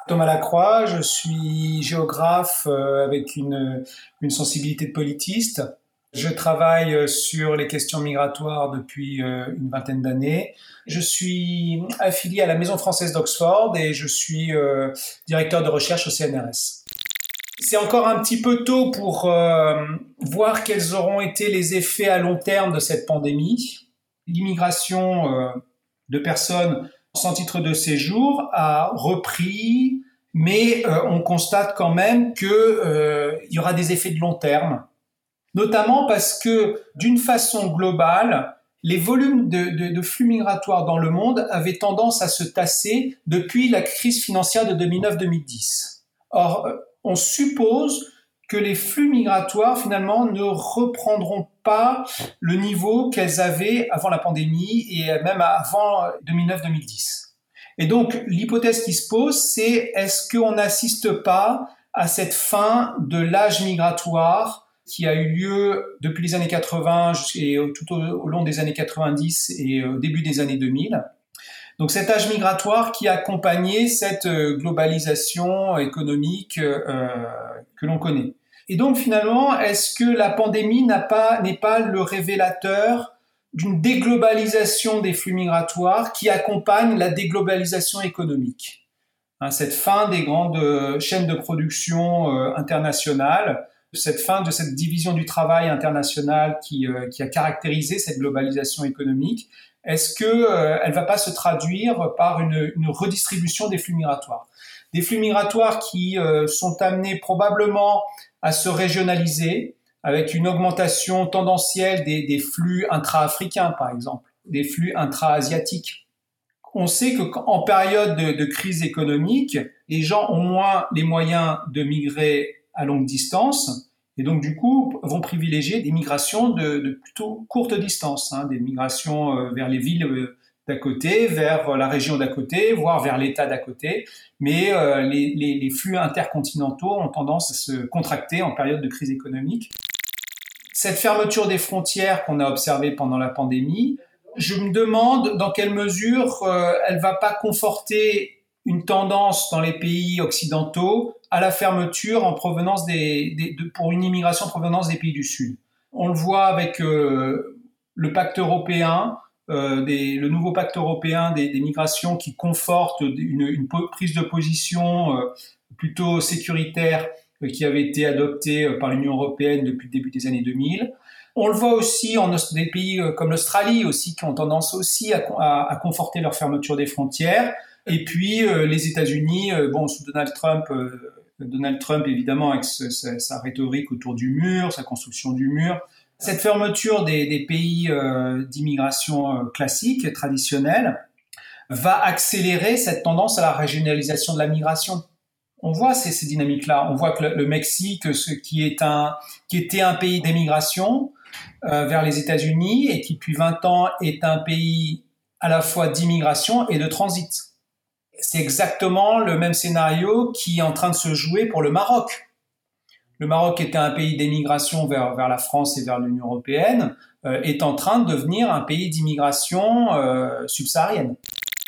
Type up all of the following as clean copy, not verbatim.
Thomas Lacroix, je suis géographe avec une sensibilité de politiste. Je travaille sur les questions migratoires depuis une vingtaine d'années. Je suis affilié à la Maison française d'Oxford et je suis directeur de recherche au CNRS. C'est encore un petit peu tôt pour voir quels auront été les effets à long terme de cette pandémie. L'immigration de personnes sans titre de séjour a repris, mais on constate quand même qu'il y aura des effets de long terme, notamment parce que d'une façon globale, les volumes de flux migratoires dans le monde avaient tendance à se tasser depuis la crise financière de 2009-2010. Or, on suppose que les flux migratoires, finalement, ne reprendront pas le niveau qu'elles avaient avant la pandémie et même avant 2009-2010. Et donc, l'hypothèse qui se pose, c'est est-ce qu'on n'assiste pas à cette fin de l'âge migratoire qui a eu lieu depuis les années 80 et tout au long des années 90 et au début des années 2000. Donc cet âge migratoire qui a accompagné cette globalisation économique que l'on connaît. Et donc finalement, est-ce que la pandémie n'est pas le révélateur d'une déglobalisation des flux migratoires qui accompagne la déglobalisation économique ? Cette fin des grandes chaînes de production internationales, cette fin de cette division du travail international qui a caractérisé cette globalisation économique, est-ce qu'elle ne va pas se traduire par une redistribution des flux migratoires ? Des flux migratoires qui sont amenés probablement à se régionaliser avec une augmentation tendancielle des flux intra-africains, par exemple, des flux intra-asiatiques. On sait qu'en période de crise économique, les gens ont moins les moyens de migrer à longue distance et donc du coup vont privilégier des migrations de plutôt courte distance, des migrations vers les villes d'à côté, vers la région d'à côté, voire vers l'État d'à côté. Mais les flux intercontinentaux ont tendance à se contracter en période de crise économique. Cette fermeture des frontières qu'on a observée pendant la pandémie, je me demande dans quelle mesure elle va pas conforter une tendance dans les pays occidentaux à la fermeture en provenance pour une immigration en provenance des pays du Sud. On le voit avec le pacte européen, le nouveau pacte européen des migrations qui conforte une prise de position plutôt sécuritaire qui avait été adoptée par l'Union européenne depuis le début des années 2000. On le voit aussi en des pays comme l'Australie aussi qui ont tendance aussi à conforter leur fermeture des frontières. Et puis les États-Unis, sous Donald Trump évidemment avec sa rhétorique autour du mur, sa construction du mur. Cette fermeture des pays d'immigration classique, traditionnelle, va accélérer cette tendance à la régionalisation de la migration. On voit ces dynamiques-là. On voit que le Mexique, qui était un pays d'émigration vers les États-Unis et qui depuis 20 ans est un pays à la fois d'immigration et de transit. C'est exactement le même scénario qui est en train de se jouer pour le Maroc. Le Maroc était un pays d'émigration vers la France et vers l'Union européenne, est en train de devenir un pays d'immigration subsaharienne.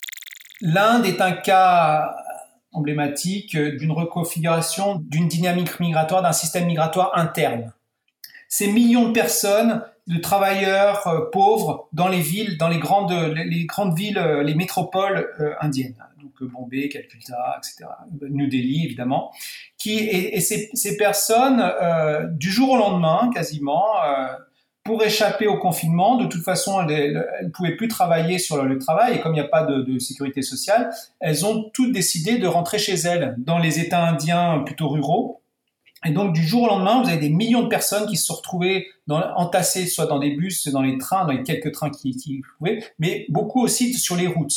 L'Inde est un cas emblématique d'une reconfiguration d'une dynamique migratoire, d'un système migratoire interne. Ces millions de personnes, de travailleurs pauvres dans les villes, dans les grandes villes, les métropoles indiennes, donc Bombay, Calcutta, etc., New Delhi évidemment, et ces personnes du jour au lendemain quasiment pour échapper au confinement, de toute façon elles pouvaient plus travailler sur leur lieu de travail et comme il n'y a pas de sécurité sociale, elles ont toutes décidé de rentrer chez elles dans les États indiens plutôt ruraux. Et donc, du jour au lendemain, vous avez des millions de personnes qui se sont retrouvées entassées soit dans des bus, dans les trains, dans les quelques trains qui pouvaient, mais beaucoup aussi sur les routes.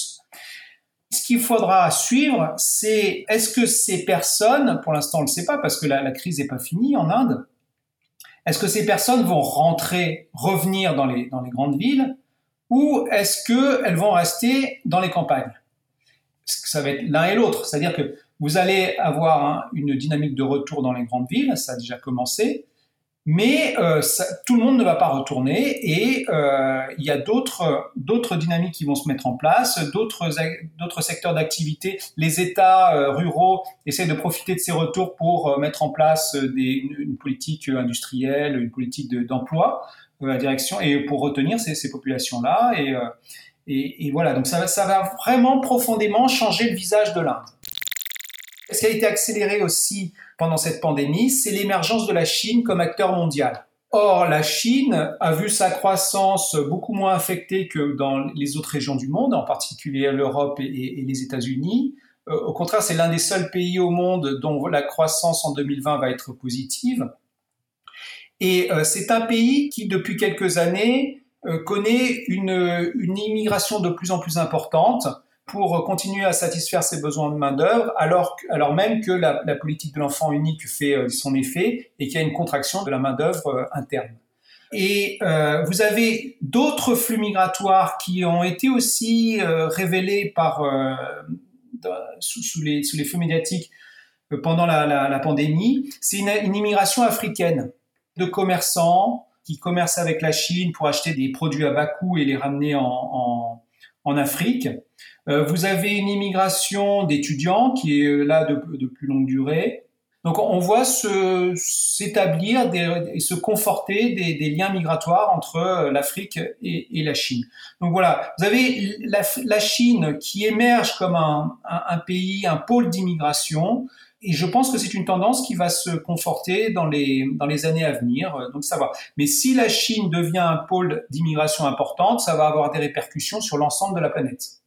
Ce qu'il faudra suivre, c'est est-ce que ces personnes, pour l'instant on ne le sait pas parce que la crise n'est pas finie en Inde, est-ce que ces personnes vont revenir dans les grandes villes ou est-ce qu'elles vont rester dans les campagnes ? Parce que ça va être l'un et l'autre, c'est-à-dire que vous allez avoir une dynamique de retour dans les grandes villes, ça a déjà commencé, Mais tout le monde ne va pas retourner et il y a d'autres dynamiques qui vont se mettre en place, d'autres secteurs d'activité. Les États ruraux essaient de profiter de ces retours pour mettre en place une politique industrielle, une politique d'emploi à la direction et pour retenir ces populations-là. Et voilà, donc ça va vraiment profondément changer le visage de l'Inde. Ce qui a été accéléré aussi pendant cette pandémie, c'est l'émergence de la Chine comme acteur mondial. Or, la Chine a vu sa croissance beaucoup moins affectée que dans les autres régions du monde, en particulier l'Europe et les États-Unis. Au contraire, c'est l'un des seuls pays au monde dont la croissance en 2020 va être positive. Et c'est un pays qui, depuis quelques années, connaît une immigration de plus en plus importante pour continuer à satisfaire ses besoins de main-d'œuvre, alors même que la politique de l'enfant unique fait son effet et qu'il y a une contraction de la main-d'œuvre interne. Et vous avez d'autres flux migratoires qui ont été aussi révélés sous les flux médiatiques pendant la pandémie. C'est une immigration africaine de commerçants qui commercent avec la Chine pour acheter des produits à bas coût et les ramener en Afrique. Vous avez une immigration d'étudiants qui est là de plus longue durée. Donc on voit s'établir et se conforter des liens migratoires entre l'Afrique et la Chine. Donc voilà, vous avez la Chine qui émerge comme un pays, un pôle d'immigration. Et je pense que c'est une tendance qui va se conforter dans les années à venir. Donc ça va. Mais si la Chine devient un pôle d'immigration importante, ça va avoir des répercussions sur l'ensemble de la planète.